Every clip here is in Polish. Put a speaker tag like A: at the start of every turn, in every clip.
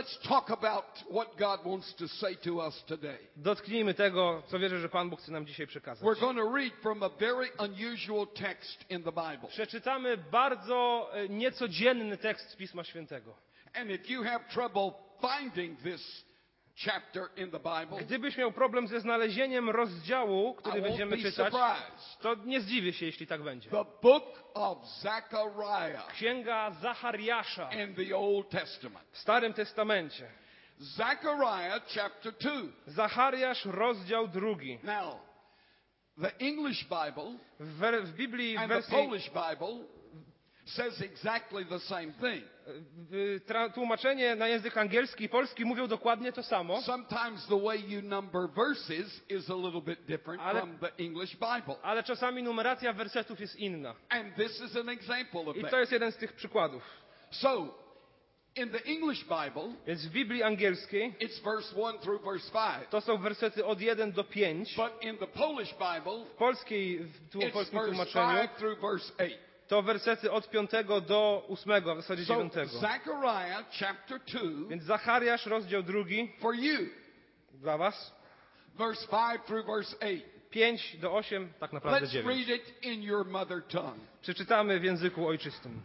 A: let's talk about what God wants to say to us today.
B: Dotknijmy tego, co wierzę, że Pan Bóg chce nam dzisiaj przekazać.
A: We're going to read from a very unusual text in the Bible.
B: Przeczytamy bardzo niecodzienny tekst z Pisma Świętego.
A: And if you have trouble finding this chapter in the Bible,
B: Gdybyś miał problem ze znalezieniem rozdziału, który
A: I won't
B: będziemy
A: be
B: czytać,
A: surprised.
B: to nie zdziwię się, jeśli tak będzie.
A: The book of Zechariah
B: Księga Zachariasza
A: in the Old Testament.
B: w Starym Testamencie.
A: Zechariah chapter 2.
B: Zachariasz, rozdział 2.
A: Now, the English Bible
B: W Biblii w
A: and the
B: wersji
A: Polish Bible says exactly the same thing.
B: tłumaczenie na język angielski i polski mówią dokładnie to samo,
A: Sometimes the way you number verses is a little bit different
B: Ale-
A: from the English Bible.
B: ale czasami numeracja wersetów jest inna.
A: And this is an example of
B: I to
A: that.
B: jest jeden z tych przykładów.
A: So, in the English Bible,
B: Więc w Biblii angielskiej
A: it's verse 1 through verse 5.
B: to są wersety od 1 do 5.
A: But in the Polish Bible,
B: W polskim
A: it's
B: polskim
A: verse
B: tłumaczeniu
A: 5 through verse 8.
B: to wersety od 5 do 8, a w zasadzie
A: So,
B: 9.
A: Zechariah chapter 2
B: Więc Zachariasz, rozdział 2
A: for you,
B: dla was.
A: verse 5 through verse 8.
B: 5 do 8, tak naprawdę
A: Let's
B: 9.
A: read it in your mother tongue.
B: Przeczytamy w języku ojczystym.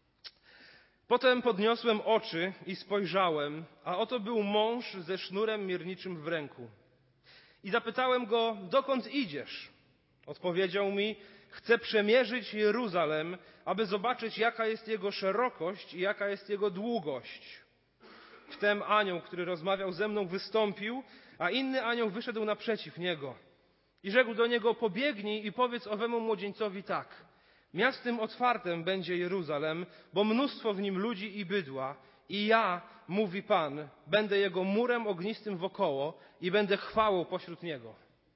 B: Potem podniosłem oczy i spojrzałem, a oto był mąż ze sznurem mierniczym w ręku. I zapytałem go, dokąd idziesz? Odpowiedział mi, chcę przemierzyć Jeruzalem, aby zobaczyć, jaka jest jego szerokość i jaka jest jego długość. Wtem anioł, który rozmawiał ze mną, wystąpił, a inny anioł wyszedł naprzeciw niego. I rzekł do niego, pobiegnij i powiedz owemu młodzieńcowi tak. Miastem otwartym będzie Jeruzalem, bo mnóstwo w nim ludzi i bydła. I ja, mówi Pan, będę jego murem ognistym wokoło i będę chwałą pośród niego.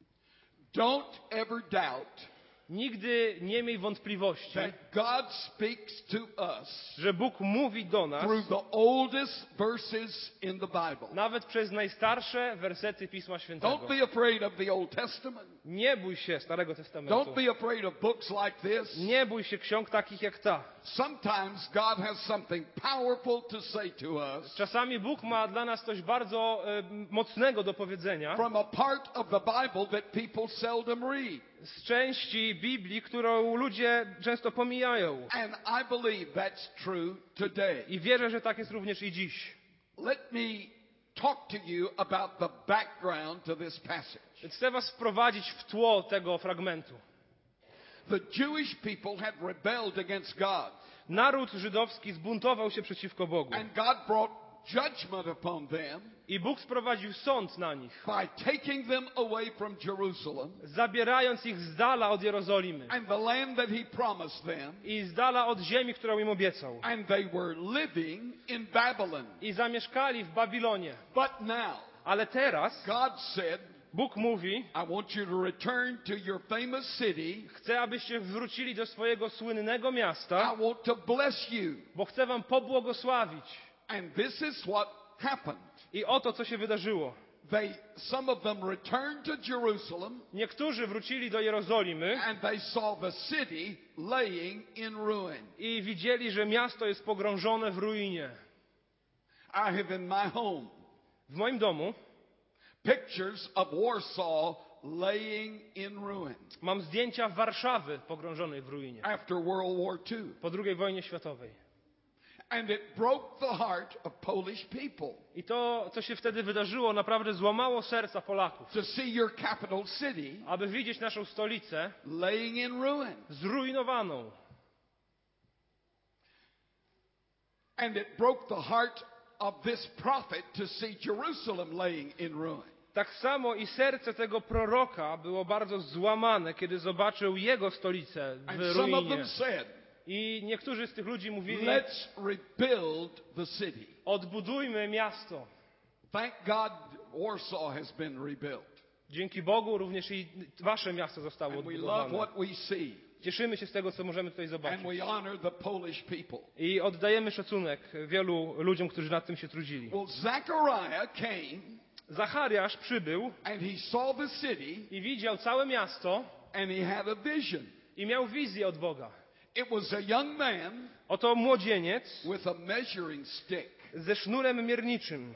A: Don't ever doubt
B: Nigdy nie miej wątpliwości,
A: that God speaks to us
B: że Bóg mówi do nas
A: through the oldest verses in the Bible.
B: nawet przez najstarsze wersety Pisma Świętego.
A: Don't be afraid of the Old Testament.
B: Nie bój się Starego Testamentu.
A: Don't be afraid of books like this.
B: Nie bój się ksiąg takich jak ta.
A: Sometimes God has something powerful to say to us
B: Czasami Bóg ma dla nas coś bardzo mocnego do powiedzenia
A: from a part of the Bible that people seldom read.
B: z części Biblii, którą ludzie często pomijają.
A: And I believe that's true today.
B: I wierzę, że tak jest również i dziś.
A: Let me talk to you about the background to this passage.
B: Więc chcę was wprowadzić w tło tego fragmentu.
A: The Jewish people had rebelled against God,
B: Naród żydowski zbuntował się przeciwko Bogu.
A: and God brought judgment upon them
B: I Bóg sprowadził sąd na nich,
A: by taking them away from Jerusalem
B: zabierając ich z dala od Jerozolimy
A: and the land that He promised them,
B: i z dala od ziemi, którą im obiecał.
A: and they were living in Babylon.
B: I zamieszkali w Babilonie.
A: But now,
B: Ale teraz
A: God said,
B: Bóg mówi,
A: I want you to return to your famous city.
B: chcę, abyście wrócili do swojego słynnego miasta,
A: I want to bless you.
B: bo chcę wam pobłogosławić.
A: And this is what happened.
B: I oto, co się wydarzyło.
A: Some of them returned to Jerusalem,
B: Niektórzy wrócili do Jerozolimy
A: and they saw the city laying in ruin.
B: i widzieli, że miasto jest pogrążone w ruinie.
A: I have in my home
B: W moim domu
A: pictures of Warsaw laying in ruin
B: mam zdjęcia Warszawy pogrążonej w ruinie
A: after World War II.
B: po II wojnie światowej.
A: And it broke the heart of Polish people
B: I to, co się wtedy wydarzyło, naprawdę złamało serca Polaków.
A: to see your capital city
B: Aby widzieć naszą stolicę
A: laying in ruin.
B: zrujnowaną.
A: And it broke the heart of this prophet to see Jerusalem laying in ruin.
B: Tak samo i serce tego proroka było bardzo złamane, kiedy zobaczył jego stolicę w
A: And some of
B: ruinie.
A: them said,
B: I niektórzy z tych ludzi mówili,
A: let's rebuild the city.
B: odbudujmy miasto.
A: Thank God Warsaw has been rebuilt.
B: Dzięki Bogu również i wasze miasto zostało
A: And we love
B: odbudowane.
A: what we see.
B: Cieszymy się z tego, co możemy tutaj zobaczyć.
A: And we honor the Polish people.
B: I oddajemy szacunek wielu ludziom, którzy nad tym się trudzili.
A: Well, Zechariah came
B: Zachariasz przybył
A: and he saw the city
B: i widział całe miasto
A: and he had a vision.
B: i miał wizję od Boga.
A: It was a young man
B: Oto młodzieniec
A: with a measuring stick.
B: ze sznurem mierniczym.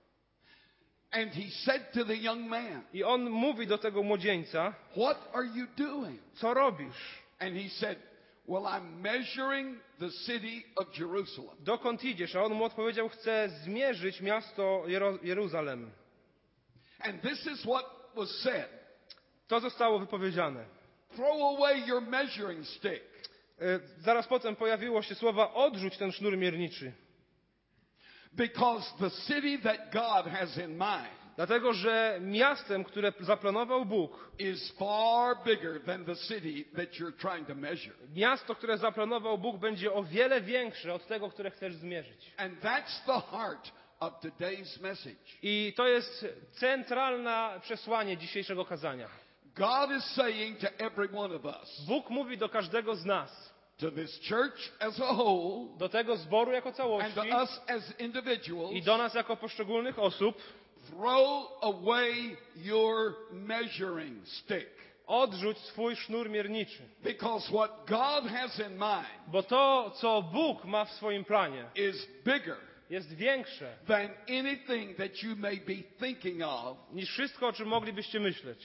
A: And he said to the young man,
B: I on mówi do tego młodzieńca,
A: what are you doing?
B: co robisz?
A: And he said, well, I'm measuring the city of Jerusalem.
B: Dokąd idziesz? A on mu odpowiedział, chcę zmierzyć miasto Jeruzalem.
A: And this is what was said.
B: To zostało wypowiedziane.
A: Throw away your measuring stick.
B: Zaraz potem pojawiło się słowa odrzuć ten sznur mierniczy.
A: Because the city that God has in mind
B: Dlatego, że miastem, które zaplanował Bóg,
A: is far bigger than the city that you're trying to measure.
B: miasto, które zaplanował Bóg, będzie o wiele większe od tego, które chcesz zmierzyć.
A: And that's the heart of today's message.
B: I to jest centralne przesłanie dzisiejszego kazania.
A: God is saying to every one of us,
B: Bóg mówi do każdego z nas,
A: to this church as a whole,
B: do tego zboru jako
A: and
B: całości
A: to us as individuals,
B: i do nas jako poszczególnych osób,
A: throw away your measuring stick.
B: odrzuć swój sznur mierniczy.
A: Because what God has in mind
B: Bo to, co Bóg ma w swoim planie,
A: is bigger
B: jest większe
A: than anything that you may be thinking of.
B: niż wszystko, o czym moglibyście myśleć.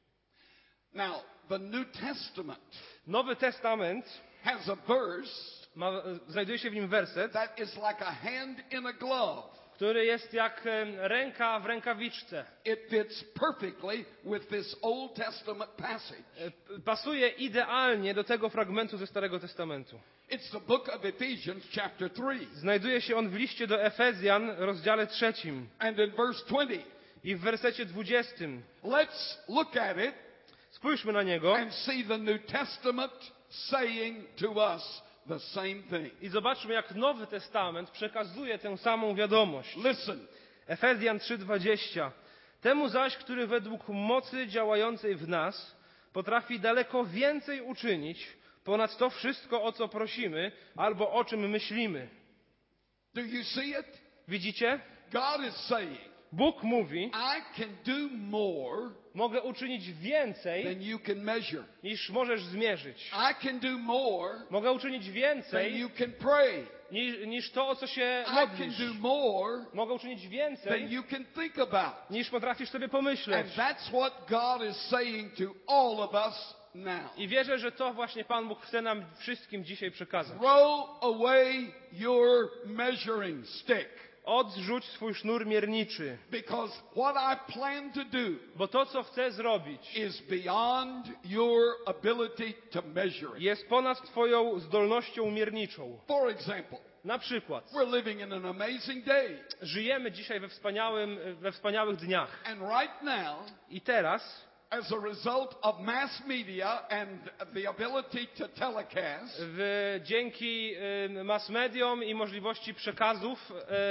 A: Now, the New Testament
B: Nowy Testament
A: has a verse
B: znajduje się w nim werset,
A: that is like a hand in a glove.
B: który jest jak ręka w rękawiczce.
A: It fits perfectly with this Old Testament passage.
B: Pasuje idealnie do tego fragmentu ze Starego Testamentu.
A: It's the book of Ephesians, chapter 3.
B: Znajduje się on w liście do Efezjan, rozdziale 3.
A: And in verse 20,
B: I w wersecie 20.
A: let's look at it
B: Spójrzmy na niego
A: and see the New Testament saying to us the same thing.
B: i zobaczmy, jak Nowy Testament przekazuje tę samą wiadomość.
A: Listen,
B: Efezjan 3:20. Temu zaś, który według mocy działającej w nas potrafi daleko więcej uczynić ponad to wszystko, o co prosimy albo o czym myślimy.
A: do you see it?
B: Widzicie?
A: God is saying,
B: Bóg mówi,
A: I can do more
B: mogę uczynić więcej
A: than you can measure.
B: niż możesz zmierzyć.
A: I can do more
B: Mogę uczynić
A: than
B: więcej
A: you can pray.
B: niż to, o co się
A: I can
B: modlisz.
A: do more
B: Mogę uczynić
A: than
B: więcej
A: you can think about.
B: niż potrafisz sobie
A: And
B: pomyśleć.
A: that's what God is saying to all of us now.
B: I wierzę, że to właśnie Pan Bóg chce nam wszystkim dzisiaj przekazać.
A: Throw away your measuring stick.
B: Odrzuć swój sznur mierniczy,
A: Because what I plan to do
B: bo to, co chcę zrobić,
A: is beyond your ability to measure it.
B: jest ponad Twoją zdolnością mierniczą.
A: For example,
B: Na przykład,
A: we're living in an amazing day.
B: żyjemy dzisiaj we wspaniałych dniach.
A: And right now,
B: I teraz,
A: as a result of mass media and the ability to telecast,
B: dzięki mass mediom i możliwości przekazów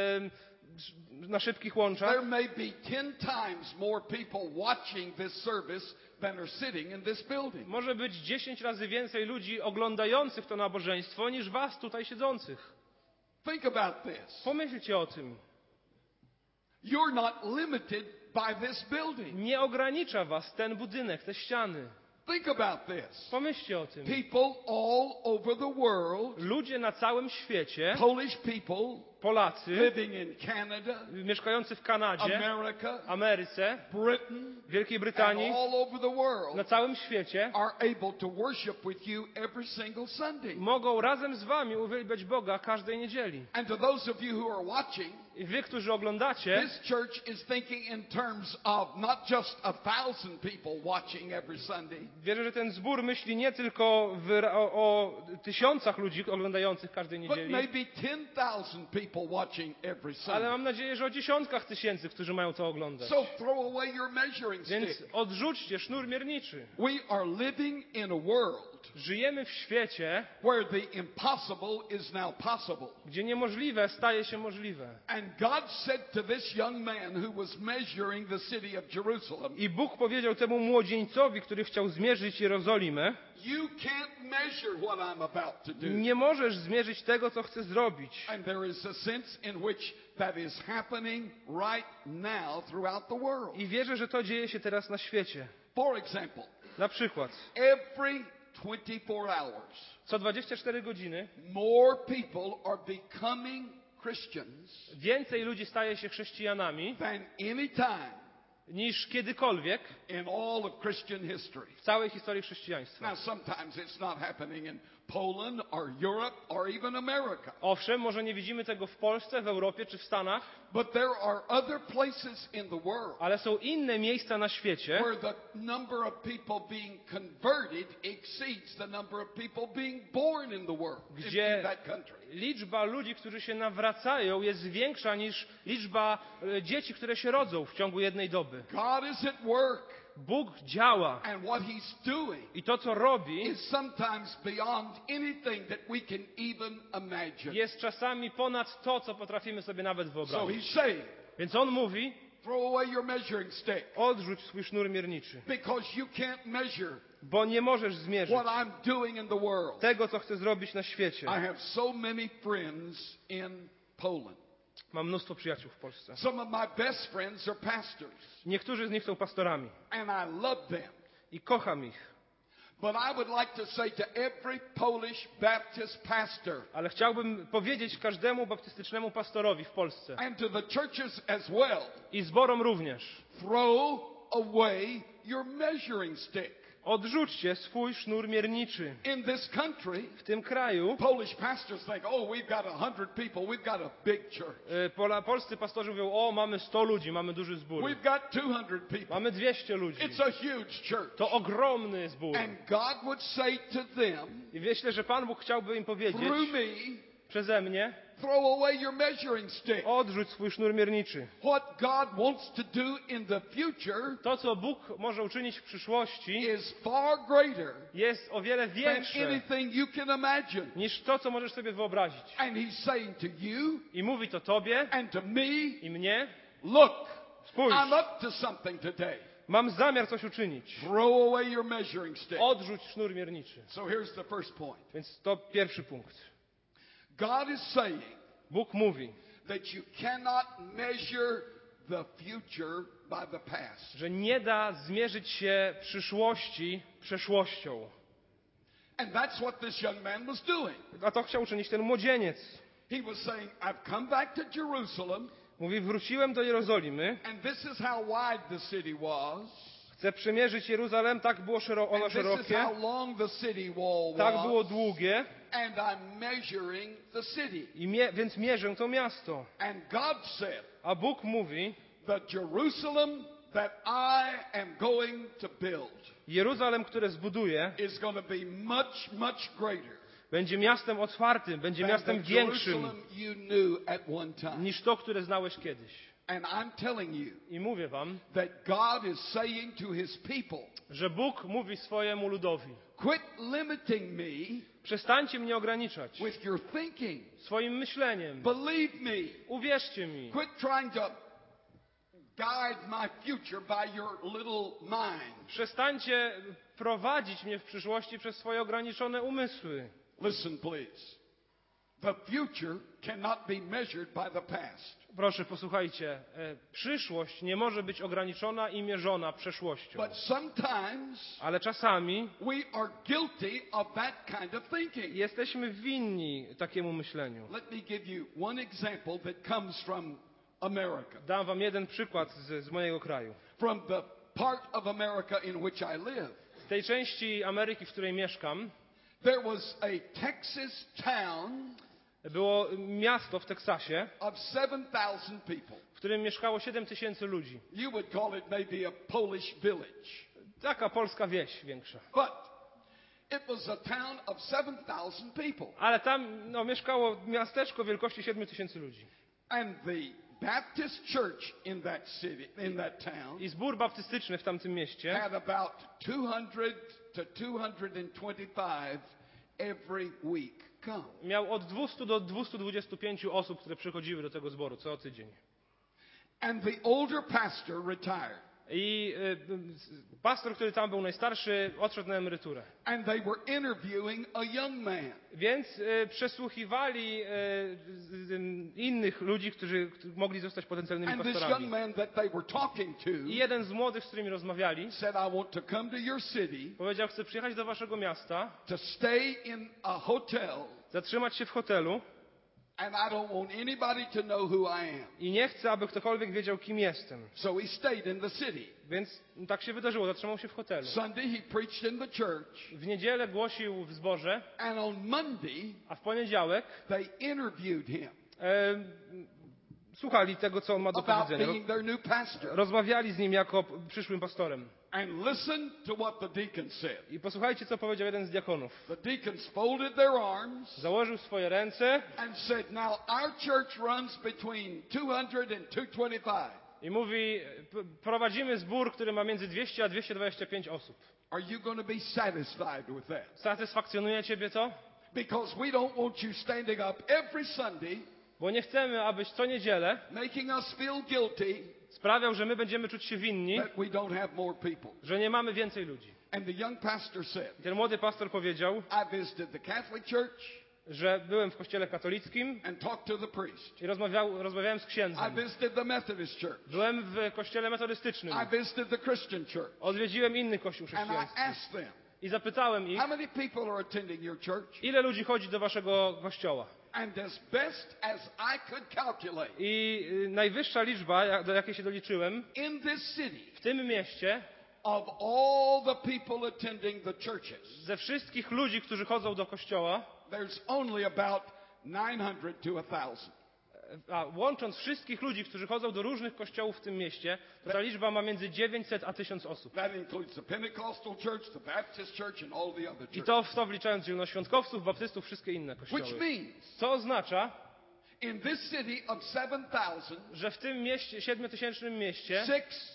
B: na szybkich łączach,
A: there may be 10 times more people watching this service than are sitting in this building.
B: może być 10 razy więcej ludzi oglądających to nabożeństwo niż was tutaj siedzących.
A: Think about this.
B: Pomyślcie o tym.
A: You're not limited by this building.
B: Nie ogranicza was ten budynek, te ściany.
A: Think about this.
B: Pomyślcie o tym.
A: People all over the world,
B: Ludzie na całym świecie,
A: Polish people
B: Polacy,
A: living in Canada,
B: mieszkający w Kanadzie,
A: America,
B: Ameryce,
A: Britain,
B: Wielkiej
A: and
B: Brytanii,
A: all over the world
B: na całym świecie,
A: are able to worship with you every single Sunday.
B: mogą razem z wami uwielbiać Boga każdej niedzieli.
A: And to those of you who are watching,
B: I wy, którzy oglądacie,
A: this church is thinking in terms of not just 1,000 people watching every Sunday,
B: wierzę, że ten zbór myśli nie tylko o tysiącach ludzi oglądających każdej
A: but
B: niedzieli,
A: maybe 10,000 people watching every
B: ale
A: Sunday.
B: mam nadzieję, że o dziesiątkach tysięcy, którzy mają to oglądać.
A: So throw away your measuring
B: Więc
A: stick.
B: odrzućcie sznur mierniczy.
A: We are living in a world
B: Żyjemy w świecie,
A: where the impossible is now possible.
B: gdzie niemożliwe staje się możliwe.
A: And God said to this young man who was measuring the city of Jerusalem,
B: I Bóg powiedział temu młodzieńcowi, który chciał zmierzyć Jerozolimę,
A: you can't measure what I'm about to do.
B: nie możesz zmierzyć tego, co chcę zrobić.
A: And there is a sense in which that is happening right now throughout the world.
B: I wierzę, że to dzieje się teraz na świecie.
A: For example,
B: Na przykład,
A: every 24 hours,
B: co 24 godziny
A: more people are becoming Christians
B: więcej ludzi staje się chrześcijanami
A: than any time
B: niż kiedykolwiek
A: in all of Christian history.
B: w całej historii chrześcijaństwa.
A: Now, sometimes it's not happening in Poland or Europe or even America.
B: Owszem, może nie widzimy tego w Polsce, w Europie czy w Stanach,
A: But there are other places in the world
B: ale są inne miejsca na świecie,
A: where the number of people being converted exceeds the number of people being born in the world,
B: Gdzie
A: in that country.
B: liczba ludzi, którzy się nawracają, jest większa niż liczba dzieci, które się rodzą w ciągu jednej doby.
A: God is at work,
B: Bóg działa
A: and what He's doing
B: i to, co robi,
A: is sometimes beyond anything that we can even imagine.
B: jest czasami ponad to, co potrafimy sobie nawet
A: So
B: wyobrazić.
A: He's saying,
B: Więc On mówi,
A: throw away your measuring stick,
B: odrzuć swój sznur mierniczy,
A: because you can't measure
B: bo nie możesz zmierzyć
A: what I'm doing in the world.
B: tego, co chcę zrobić na świecie.
A: I have so many friends in Poland.
B: Mam mnóstwo przyjaciół w Polsce.
A: Some of my best friends are pastors,
B: Niektórzy z nich są pastorami
A: and I love them.
B: i kocham ich.
A: But I would like to say to every Polish Baptist pastor
B: Ale chciałbym powiedzieć każdemu baptystycznemu pastorowi w Polsce
A: and to the churches as well,
B: i zborom również,
A: throw away your measuring stick.
B: odrzućcie swój sznur mierniczy.
A: In this country,
B: W tym kraju
A: Polish pastors think, oh, we've got 100 people, we've got a big church.
B: polscy pastorzy mówią, o, mamy 100 ludzi, mamy duży zbór.
A: We've got 200 people.
B: Mamy 200 ludzi.
A: It's a huge church.
B: To ogromny zbór.
A: And God would say to them,
B: I myślę, że Pan Bóg chciałby im powiedzieć
A: through me,
B: przeze mnie,
A: throw away your measuring stick.
B: odrzuć swój sznur mierniczy.
A: What God wants to do in the future
B: To, co Bóg może uczynić w przyszłości,
A: is far greater
B: jest o wiele
A: than
B: większe
A: anything you can imagine.
B: niż to, co możesz sobie wyobrazić.
A: And He's saying to you
B: I mówi to tobie
A: and to me,
B: i mnie,
A: look,
B: spójrz,
A: I'm up to something today.
B: mam zamiar coś uczynić.
A: Throw away your measuring stick.
B: Odrzuć sznur mierniczy.
A: So here's the first point.
B: Więc to pierwszy punkt.
A: God is saying
B: Bóg mówi,
A: that you cannot measure the future by the past.
B: że nie da zmierzyć się przyszłości przeszłością.
A: And that's what this young man was doing.
B: A to chciał uczynić ten młodzieniec.
A: He was saying, I've come back to Jerusalem,
B: Mówi, wróciłem do Jerozolimy,
A: and this is how wide the city was,
B: chcę przemierzyć Jeruzalem, tak było ono
A: and this is
B: szerokie,
A: how long the city wall
B: tak było
A: was,
B: długie,
A: and I'm measuring the city.
B: więc mierzę to miasto.
A: And God said,
B: A Bóg mówi,
A: the Jerusalem that I am going to build
B: Jeruzalem, które zbuduję,
A: is going to be much, much greater
B: będzie miastem otwartym, będzie
A: than
B: miastem
A: the
B: większym
A: Jerusalem you knew at one time.
B: niż to, które znałeś kiedyś.
A: And I'm telling you
B: I mówię wam,
A: that God is saying to His people,
B: że Bóg mówi swojemu ludowi,
A: quit limiting me
B: przestańcie mnie ograniczać
A: with your thinking.
B: swoim myśleniem.
A: Believe me.
B: Uwierzcie mi.
A: Quit trying to guide my future by your little mind.
B: Przestańcie prowadzić mnie w przyszłości przez swoje ograniczone umysły.
A: Listen, please. The future cannot be measured by the past.
B: Proszę, posłuchajcie. Przyszłość nie może być ograniczona i mierzona przeszłością.
A: But sometimes
B: Ale czasami
A: we are guilty of that kind of thinking.
B: jesteśmy winni takiemu myśleniu.
A: Let me give you one example that comes from America.
B: Dam wam jeden przykład z mojego kraju.
A: From the part of America in which I live,
B: W tej części Ameryki, w której mieszkam,
A: there was a Texas town
B: było miasto w Teksasie,
A: of 7,000 people.
B: w którym mieszkało 7 tysięcy ludzi.
A: You would call it maybe a Polish village.
B: Taka polska wieś większa.
A: But it was a town of 7,000 people.
B: Ale tam mieszkało miasteczko wielkości 7 tysięcy ludzi.
A: And the Baptist church in that city, in that town,
B: I zbór baptystyczny w tamtym mieście
A: had about 200 to 225 every week come.
B: miał od 200 do 225 osób, które przychodziły do tego zboru co tydzień.
A: And the older pastor retired.
B: I pastor, który tam był najstarszy, odszedł na emeryturę.
A: And they were interviewing a young man.
B: Więc przesłuchiwali innych ludzi, którzy mogli zostać potencjalnymi
A: And this
B: pastorami.
A: young man that they were talking to
B: I jeden z młodych, z którymi rozmawiali,
A: said, I want to come to your city
B: powiedział, chcę przyjechać do waszego miasta,
A: to stay in a hotel
B: zatrzymać się w hotelu
A: And I don't want anybody to know who I am.
B: I nie chcę, aby ktokolwiek wiedział, kim jestem.
A: So he stayed in the city.
B: Więc tak się wydarzyło, zatrzymał się w hotelu.
A: Sunday he preached in the church.
B: W niedzielę głosił w zborze,
A: And on Monday
B: a w poniedziałek
A: they interviewed him
B: słuchali tego, co on ma do
A: about
B: powiedzenia.
A: being their new pastor.
B: Rozmawiali z nim jako przyszłym pastorem.
A: And listen to what the deacon said.
B: I posłuchajcie, co powiedział jeden z diakonów.
A: The deacons folded their arms
B: Założył swoje ręce
A: and said, now our church runs between 200 and 225.
B: i mówi, prowadzimy zbór, który ma między 200 a 225 osób.
A: Are you going to be satisfied with that?
B: Satysfakcjonuje ciebie to?
A: Because we don't want you standing up every Sunday
B: Bo nie chcemy, abyś co niedzielę
A: making us feel guilty
B: sprawiał, że my będziemy czuć się winni,
A: that we don't have more people.
B: że nie mamy więcej ludzi.
A: And the young pastor said,
B: I ten młody pastor powiedział,
A: I visited the Catholic Church
B: że byłem w kościele katolickim
A: and talked to the priest.
B: i rozmawiałem z
A: I
B: księdzem.
A: visited the Methodist Church.
B: Byłem w kościele metodystycznym.
A: I visited the Christian Church.
B: Odwiedziłem inny kościół
A: And I
B: chrześcijański.
A: asked them,
B: I zapytałem ich,
A: how many people are attending your church?
B: ile ludzi chodzi do waszego kościoła.
A: And as best as I could calculate,
B: I najwyższa liczba, do jakiej się doliczyłem,
A: in this city,
B: w tym mieście,
A: of all the people attending the churches,
B: ze wszystkich ludzi, którzy chodzą do kościoła,
A: there's only about 900 to 1,000.
B: a łącząc wszystkich ludzi, którzy chodzą do różnych kościołów w tym mieście, to ta liczba ma między 900 a 1000 osób.
A: That includes the Pentecostal church, the Baptist church, and all the other
B: I
A: churches.
B: to wliczając zielonoświątkowców, baptystów, wszystkie inne
A: Which
B: kościoły.
A: means,
B: Co oznacza,
A: in this city of 7,000,
B: że w tym mieście, 7000 mieście,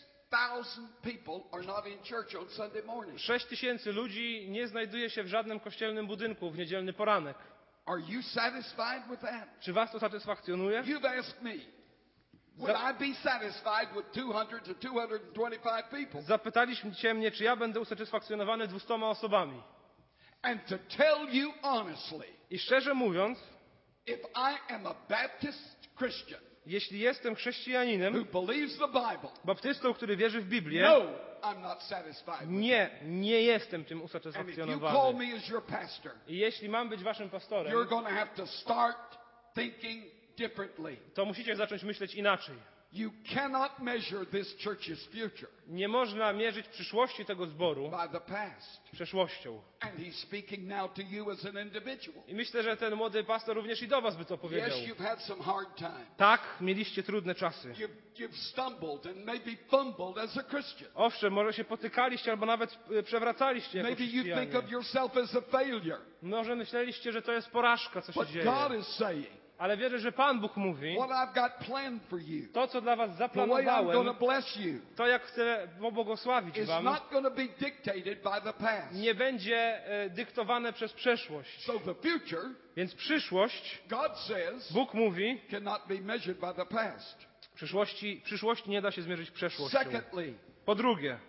A: 6,000 people are not in church on Sunday morning.
B: 6000 ludzi nie znajduje się w żadnym kościelnym budynku w niedzielny poranek.
A: Are you satisfied with that?
B: Czy was to satysfakcjonuje?
A: You've asked me. Would I be satisfied with 200 to 225 people?
B: Zapytaliście mnie, czy ja będę usatysfakcjonowany 200 osobami.
A: And to tell you honestly,
B: I szczerze mówiąc,
A: if I am a Baptist Christian
B: jeśli jestem
A: who
B: chrześcijaninem,
A: believes the Bible,
B: baptystą, który wierzy w Biblię,
A: no, I'm not satisfied with
B: nie jestem tym
A: it. And if you call
B: usatysfakcjonowany.
A: me as your pastor,
B: I jeśli mam być waszym pastorem,
A: you're going to have to start thinking differently.
B: to musicie zacząć myśleć inaczej.
A: You cannot measure this church's future
B: Nie można mierzyć przyszłości tego zboru
A: by the past.
B: przeszłością.
A: And he's speaking now to you as an individual.
B: I myślę, że ten młody pastor również i do was by to powiedział.
A: Yes, you've had some hard times.
B: Tak, mieliście trudne czasy.
A: You've stumbled and maybe fumbled as a Christian.
B: Owszem, może się potykaliście albo nawet przewracaliście jako
A: Maybe you think
B: chrześcijanie.
A: of yourself as a failure.
B: Może myśleliście, że to jest porażka, co się
A: But
B: dzieje.
A: God is saying,
B: Ale wierzę, że Pan Bóg mówi,
A: what I've got planned for you,
B: to co dla was
A: the way I'm going to
B: zaplanowałem,
A: bless you,
B: to jak chcę pobłogosławić
A: is
B: wam,
A: not going to be dictated by the past.
B: nie będzie dyktowane przez przeszłość.
A: So the future,
B: Więc przyszłość,
A: God says,
B: Bóg mówi,
A: cannot be measured by the past.
B: przyszłości nie da się zmierzyć przeszłością.
A: Secondly,
B: Po drugie,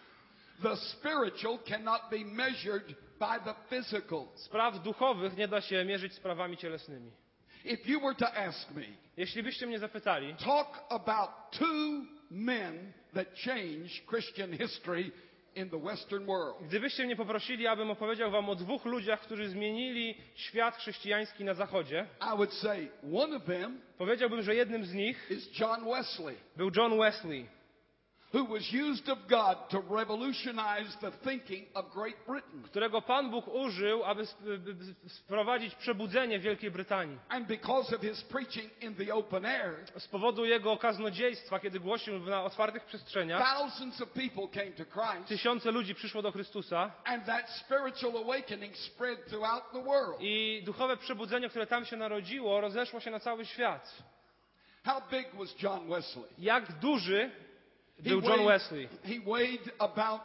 A: the spiritual cannot be measured by the physical.
B: spraw duchowych nie da się mierzyć sprawami cielesnymi.
A: If you were to ask me,
B: Jeśli byście mnie zapytali,
A: talk about two men that changed Christian history in the Western world,
B: gdybyście mnie poprosili, abym opowiedział wam o dwóch ludziach, którzy zmienili świat chrześcijański na zachodzie,
A: I would say one of them
B: powiedziałbym, że jednym z nich
A: is John Wesley,
B: był John Wesley,
A: who was used of God to revolutionize the thinking of Great Britain.
B: którego Pan Bóg użył, aby wprowadzić przebudzenie w Wielkiej Brytanii.
A: And because of his preaching in the open air,
B: Z powodu jego kaznodziejstwa, kiedy głosił na otwartych przestrzeniach,
A: thousands of people came to Christ,
B: tysiące ludzi przyszło do Chrystusa
A: and that spiritual awakening spread throughout the world.
B: i duchowe przebudzenie, które tam się narodziło, rozeszło się na cały świat.
A: How big was John Wesley?
B: Jak duży był John Wesley?
A: He weighed about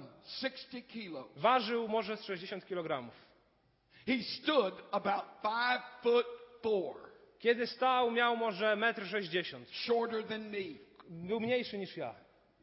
A: 60 kilos.
B: Ważył może z 60 kg.
A: He stood about 5'4",
B: Kiedy stał, miał może 1,60 m.
A: shorter than me.
B: Był mniejszy niż ja.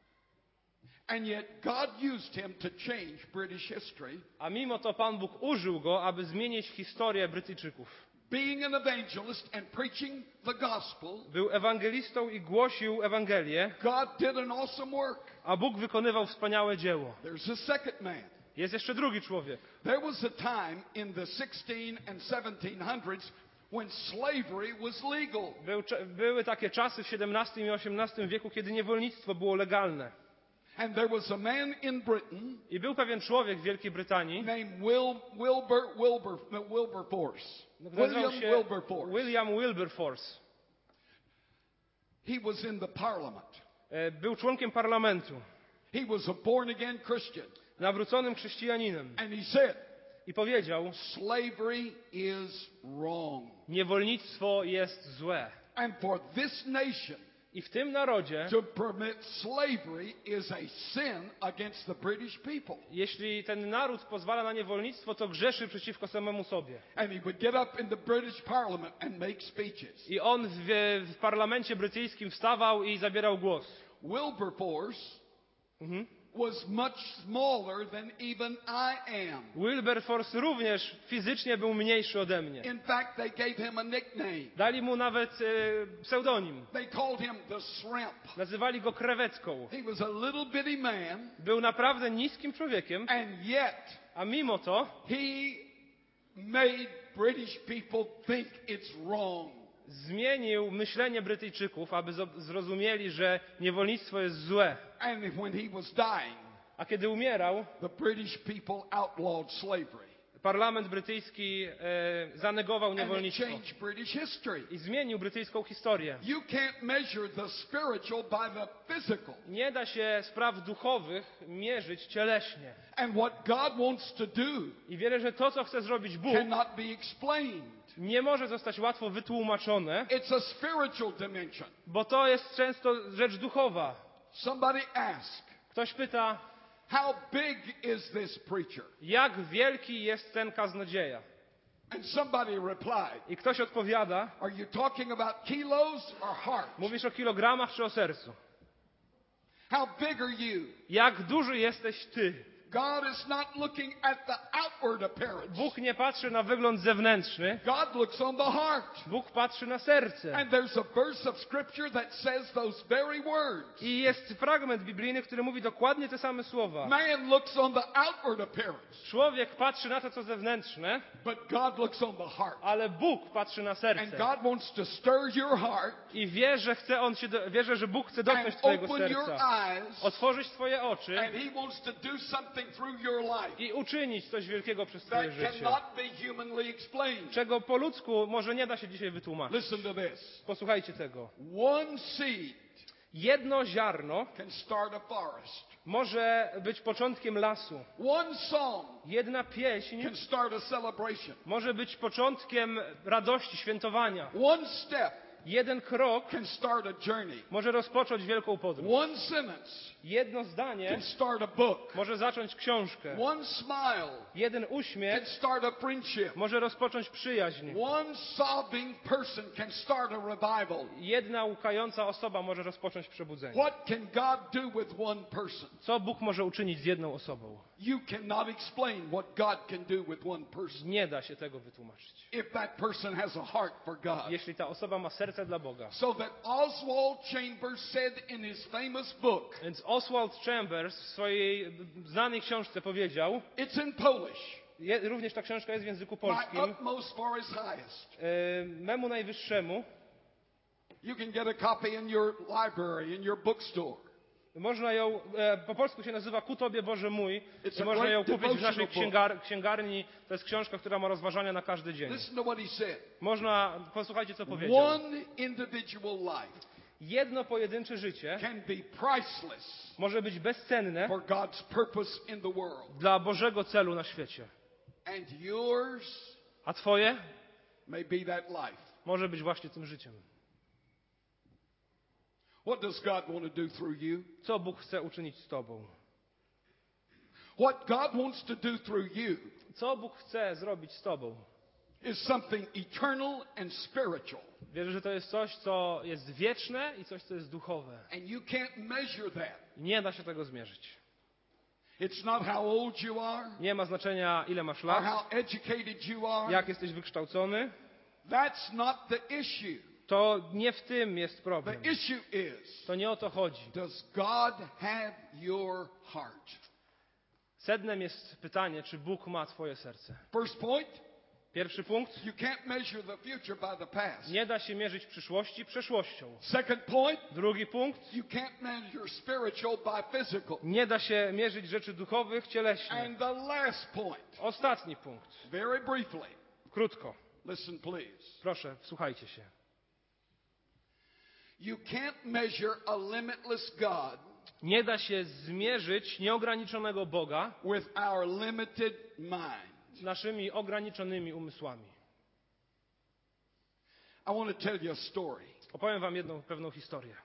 A: And yet God used him to change British history,
B: A mimo to Pan Bóg użył go, aby zmienić historię Brytyjczyków.
A: being an evangelist and preaching the gospel.
B: Był ewangelistą i głosił Ewangelię,
A: God did an awesome work.
B: a Bóg wykonywał wspaniałe dzieło.
A: There's a second man.
B: Jest jeszcze drugi człowiek.
A: There was a time in the 16 and 1700s when slavery was legal.
B: Były takie czasy w XVII i XVIII wieku, kiedy niewolnictwo było legalne.
A: And there was a man in Britain
B: I był pewien człowiek w Wielkiej Brytanii,
A: named Wilberforce.
B: nazywał się
A: Wilberforce.
B: William Wilberforce.
A: He was in the parliament.
B: Był członkiem parlamentu,
A: He was a born-again Christian.
B: nawróconym chrześcijaninem.
A: And he said,
B: I powiedział,
A: slavery is wrong.
B: niewolnictwo jest złe.
A: And for this nation
B: I w tym narodzie,
A: to permit slavery is a sin against the British people.
B: jeśli ten naród pozwala na niewolnictwo, to grzeszy przeciwko samemu sobie.
A: And he would get up in the British parliament and make speeches.
B: I on w parlamencie brytyjskim wstawał i zabierał głos.
A: Wilberforce was much smaller than even I am.
B: Wilberforce również fizycznie był mniejszy ode mnie.
A: In fact, they gave him a nickname.
B: Dali mu nawet pseudonim.
A: They called him the Shrimp.
B: Nazywali go krewetką.
A: He was a little bitty man,
B: Był naprawdę niskim człowiekiem,
A: and yet
B: a mimo to
A: he made British people think it's wrong.
B: zmienił myślenie Brytyjczyków, aby zrozumieli, że niewolnictwo jest złe.
A: And when he was dying,
B: A kiedy umierał,
A: the British people outlawed slavery.
B: parlament brytyjski zanegował
A: And it
B: niewolnictwo
A: changed British history.
B: i zmienił brytyjską historię.
A: You can't measure the spiritual by the physical.
B: Nie da się spraw duchowych mierzyć cieleśnie.
A: And what God wants to do
B: I wierzę, że to, co chce zrobić Bóg,
A: cannot be explained.
B: nie może zostać łatwo wytłumaczone,
A: It's a spiritual dimension.
B: bo to jest często rzecz duchowa.
A: Somebody asked,
B: Ktoś pyta,
A: how big is this preacher?
B: jak wielki jest ten kaznodzieja?
A: And somebody replied,
B: I ktoś odpowiada,
A: are you talking about kilos or heart?
B: mówisz o kilogramach czy o sercu?
A: How big are you?
B: Jak duży jesteś ty?
A: God is not looking at the outward appearance.
B: Bóg nie patrzy na wygląd zewnętrzny,
A: God looks on the heart.
B: Bóg patrzy na serce.
A: And there's a verse of scripture that says those very words.
B: I jest fragment biblijny, który mówi dokładnie te same słowa.
A: Man looks on the outward appearance,
B: Człowiek patrzy na to, co zewnętrzne,
A: but God looks on the heart.
B: ale Bóg patrzy na
A: And
B: serce.
A: God wants to stir your heart
B: I wie, że wierzę, że Bóg chce dotknąć
A: and
B: twojego
A: open your
B: serca,
A: eyes,
B: otworzyć twoje oczy
A: and He wants to do something through your life
B: i uczynić coś wielkiego przez
A: that
B: twoje życie,
A: cannot be humanly explained.
B: czego po ludzku może nie da się dzisiaj wytłumaczyć.
A: Listen to this.
B: Posłuchajcie tego.
A: One seed
B: Jedno ziarno
A: can start a forest.
B: może być początkiem lasu.
A: One song
B: Jedna pieśń
A: can start a celebration.
B: może być początkiem radości, świętowania.
A: One step
B: Jeden krok
A: can start a journey.
B: może rozpocząć wielką podróż.
A: One sentence
B: Jedno zdanie
A: can start a book.
B: może zacząć książkę.
A: One smile
B: Jeden
A: can
B: uśmiech
A: start a friendship.
B: może rozpocząć przyjaźń.
A: One sobbing person can start a revival.
B: Jedna łkająca osoba może rozpocząć przebudzenie.
A: What can God do with one person?
B: Co Bóg może uczynić z jedną osobą?
A: You cannot explain what God can do with one person.
B: Nie da się tego wytłumaczyć.
A: If that person has a heart for God.
B: Jeśli ta osoba ma serce dla Boga.
A: So that Oswald Chambers said in his famous book,
B: Więc Oswald Chambers w swojej znanej książce powiedział,
A: it's in Polish,
B: również ta książka jest w języku
A: my
B: polskim,
A: utmost for his highest.
B: memu najwyższemu,
A: You can get a copy in your library, in your bookstore.
B: można ją, po polsku się nazywa Ku Tobie Boże mój,
A: It's
B: i
A: a
B: można ją
A: great
B: kupić w naszej
A: devotional
B: księgarni. To jest książka, która ma rozważania na każdy dzień.
A: Listen to what he said.
B: Można, posłuchajcie co powiedział.
A: One individual life
B: Jedno pojedyncze życie
A: can be priceless
B: może być bezcenne
A: for God's purpose in the world.
B: dla Bożego celu na świecie.
A: And yours
B: A twoje
A: may be that life.
B: może być właśnie tym życiem.
A: What does God want to do through you?
B: Co Bóg chce uczynić z tobą?
A: What God wants to do through you
B: Co Bóg chce zrobić z tobą?
A: is something eternal and spiritual.
B: Wierzę, że to jest coś, co jest wieczne i coś, co jest duchowe.
A: And you can't measure that.
B: Nie da się tego zmierzyć.
A: It's not how old you are
B: Nie ma znaczenia, ile masz
A: or
B: lat,
A: how educated you are.
B: jak jesteś wykształcony.
A: That's not the issue.
B: To nie w tym jest problem.
A: The issue is,
B: To nie o to chodzi.
A: does God have your heart?
B: Sednem jest pytanie, czy Bóg ma twoje serce.
A: First point,
B: Pierwszy punkt.
A: You can't measure the future by the past.
B: Nie da się mierzyć przyszłości przeszłością.
A: Second point,
B: Drugi punkt.
A: you can't measure spiritual by physical.
B: Nie da się mierzyć rzeczy duchowych cieleśnie.
A: And the last point,
B: Ostatni punkt.
A: very briefly,
B: Krótko.
A: listen please.
B: Proszę, wsłuchajcie się.
A: You can't measure a limitless God
B: Nie da się zmierzyć nieograniczonego Boga
A: with our limited mind.
B: naszymi ograniczonymi umysłami.
A: I want to tell you a story.
B: Opowiem wam jedną pewną historię.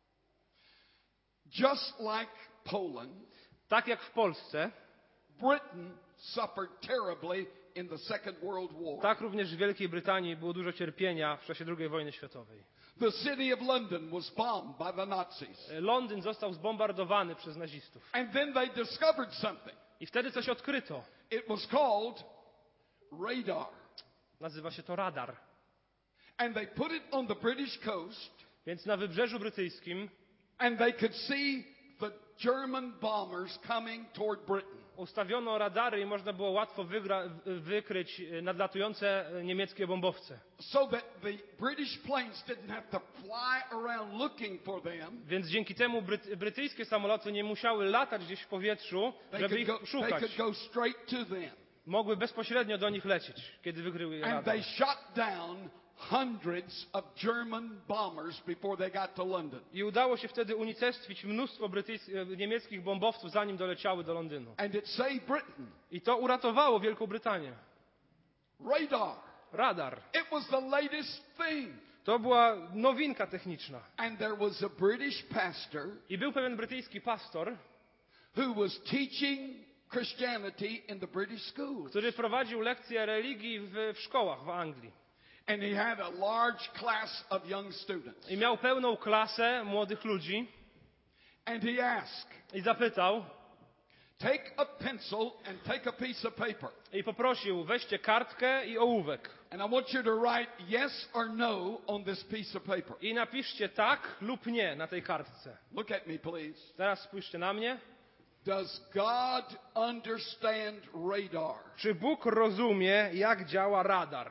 A: Just like Poland,
B: Tak jak w Polsce,
A: Britain suffered terribly in the Second World War.
B: tak również w Wielkiej Brytanii było dużo cierpienia w czasie II wojny światowej.
A: The city of London was bombed by the Nazis.
B: Londyn został zbombardowany przez nazistów.
A: And then they discovered something.
B: I wtedy coś odkryto.
A: It was called radar.
B: Nazywa się to radar.
A: And they put it on the British coast,
B: Więc na wybrzeżu brytyjskim
A: and they could see the German bombers coming toward Britain.
B: ustawiono radary i można było łatwo wykryć nadlatujące niemieckie bombowce.
A: So that the British planes didn't have to fly around looking for them.
B: Więc dzięki temu brytyjskie samoloty nie musiały latać gdzieś w powietrzu, żeby ich
A: They
B: szukać.
A: could go straight to them.
B: Mogły bezpośrednio do nich lecieć, kiedy wykryły
A: And
B: radar.
A: they shot down hundreds of German bombers before they got to London.
B: I udało się wtedy unicestwić mnóstwo niemieckich bombowców, zanim doleciały do Londynu.
A: And it saved Britain.
B: I to uratowało Wielką Brytanię.
A: Radar.
B: Radar.
A: It was the latest thing.
B: To była nowinka techniczna.
A: And there was a British pastor
B: I był pewien brytyjski pastor,
A: who was teaching Christianity in the British schools.
B: który prowadził lekcje religii w szkołach w Anglii.
A: And he had a large class of young students.
B: I miał pełną klasę młodych ludzi.
A: And he asked,
B: I zapytał,
A: take a pencil and take a piece of paper.
B: i poprosił, weźcie kartkę i ołówek.
A: And I want you to write yes or no on this piece of paper.
B: I napiszcie tak lub nie na tej kartce.
A: Look at me, please.
B: Teraz spójrzcie na mnie.
A: Does God understand radar?
B: Czy Bóg rozumie, jak działa radar?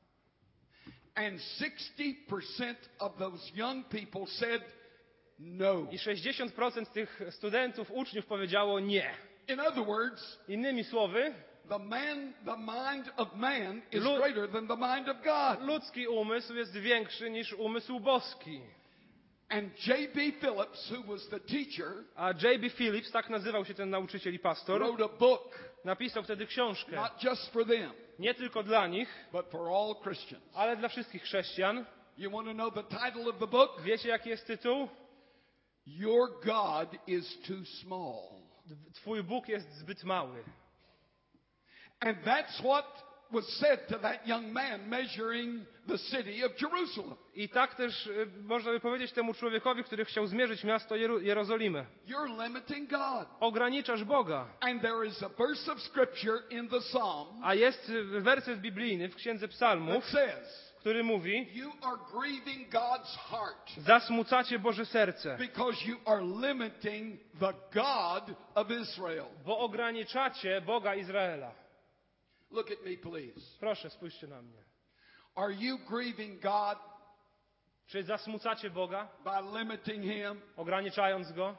A: And 60% of those young people said no.
B: I 60% tych studentów, uczniów powiedziało nie.
A: In other words,
B: Innymi słowy,
A: the mind of man is
B: Lu-
A: greater than the mind of God.
B: ludzki umysł jest większy niż umysł boski.
A: And J.B. Phillips, who was the teacher,
B: A J.B. Phillips, tak nazywał się ten nauczyciel i pastor,
A: wrote a book,
B: napisał wtedy książkę.
A: not just for them,
B: Nie tylko dla nich,
A: but for all Christians.
B: ale dla wszystkich chrześcijan.
A: You want to know the title of the book?
B: Wiecie, jaki jest tytuł?
A: Your God is too small.
B: Twój Bóg jest zbyt mały.
A: And that's what was said to that young man measuring the city of Jerusalem.
B: I tak też można by powiedzieć temu człowiekowi, który chciał zmierzyć miasto Jerozolimę.
A: You're limiting God.
B: Ograniczasz Boga.
A: And there is a verse of scripture in the Psalm
B: A jest werset biblijny w Księdze Psalmów,
A: that says,
B: który mówi:
A: you are grieving God's heart
B: zasmucacie Boże serce,
A: because you are limiting the God of Israel.
B: bo ograniczacie Boga Izraela.
A: Look at me, please.
B: Proszę, spójrzcie na mnie.
A: Are you grieving God
B: Czy zasmucacie Boga,
A: by limiting Him?
B: ograniczając Go?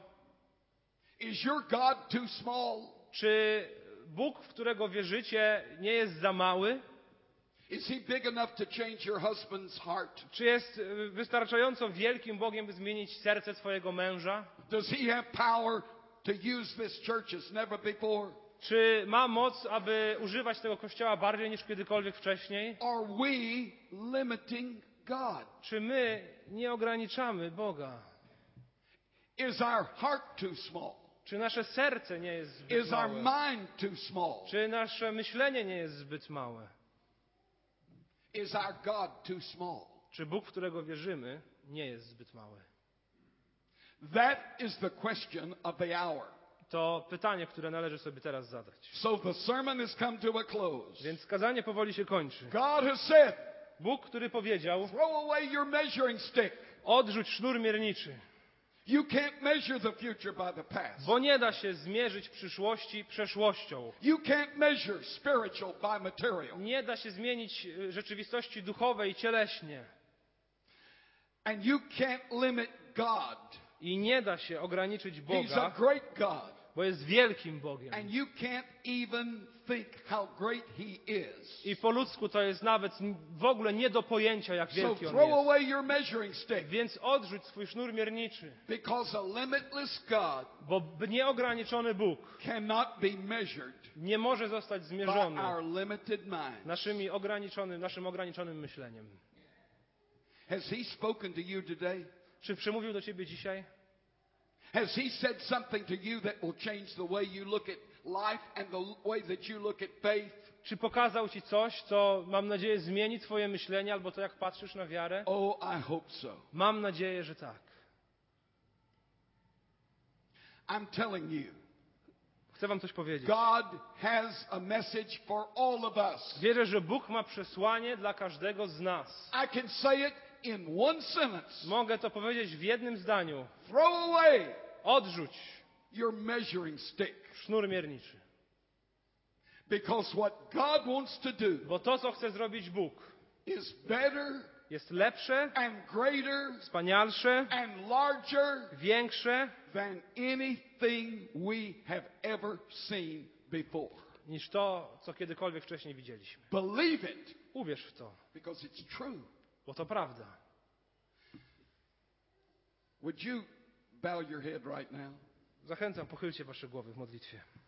A: Is your God too small?
B: Czy Bóg, w którego wierzycie, nie jest za mały?
A: Is He big enough to change your husband's heart?
B: Czy jest wystarczająco wielkim Bogiem, by zmienić serce twojego męża?
A: Does He have power to use this church as never before?
B: Czy ma moc, aby używać tego kościoła bardziej niż kiedykolwiek wcześniej?
A: Are we limiting God?
B: Czy my nie ograniczamy Boga?
A: Is our heart too small?
B: Czy nasze serce nie jest zbyt
A: Is our
B: małe?
A: mind too small?
B: Czy nasze myślenie nie jest zbyt małe?
A: Is our God too small?
B: Czy Bóg, w którego wierzymy, nie jest zbyt mały?
A: That is the question of the hour.
B: To pytanie, które należy sobie teraz zadać.
A: So the sermon has come to a close.
B: Więc kazanie powoli się kończy.
A: God has said,
B: Bóg, który powiedział:
A: throw away your measuring stick
B: odrzuć sznur mierniczy
A: You can't measure the future by the past.
B: Bo nie da się zmierzyć przyszłości przeszłością.
A: You can't measure spiritual by material.
B: Nie da się zmienić rzeczywistości duchowej cieleśnie.
A: And you can't limit God.
B: I nie da się ograniczyć
A: He's a
B: Boga,
A: great God.
B: bo jest wielkim Bogiem.
A: And you can't even think how great He is.
B: I po ludzku to jest nawet w ogóle nie do pojęcia, jak
A: So
B: wielki On
A: throw
B: jest.
A: away your measuring stick.
B: Więc odrzuć swój sznur mierniczy,
A: Because a limitless God
B: bo nieograniczony Bóg
A: cannot be measured
B: nie może zostać
A: by
B: zmierzony
A: our limited mind.
B: naszym ograniczonym myśleniem.
A: Has He spoken to you today?
B: Czy przemówił do ciebie dzisiaj?
A: Has He said something to you that will change the way you look at life and the way that you look at faith?
B: Czy pokazał ci coś, co mam nadzieję zmieni twoje myślenie, albo to jak patrzysz na wiarę?
A: Oh, I hope so.
B: Mam nadzieję, że tak.
A: I'm telling you,
B: Chcę wam coś powiedzieć.
A: God has a message for all of us.
B: Wierzę, że Bóg ma przesłanie dla każdego z nas.
A: I can say it in one sentence.
B: Mogę to powiedzieć w jednym zdaniu.
A: Throw away
B: Odrzuć
A: your measuring stick.
B: sznur mierniczy.
A: Because what God wants to do
B: Bo to, co chce zrobić Bóg,
A: is better
B: jest lepsze,
A: and greater
B: wspanialsze,
A: and larger
B: większe
A: than anything we have ever seen before.
B: niż to, co kiedykolwiek wcześniej widzieliśmy.
A: Believe it
B: Uwierz w to,
A: because it's true.
B: bo to prawda.
A: Would you bow your head right now?
B: Zachęcam, pochylcie wasze głowy w modlitwie.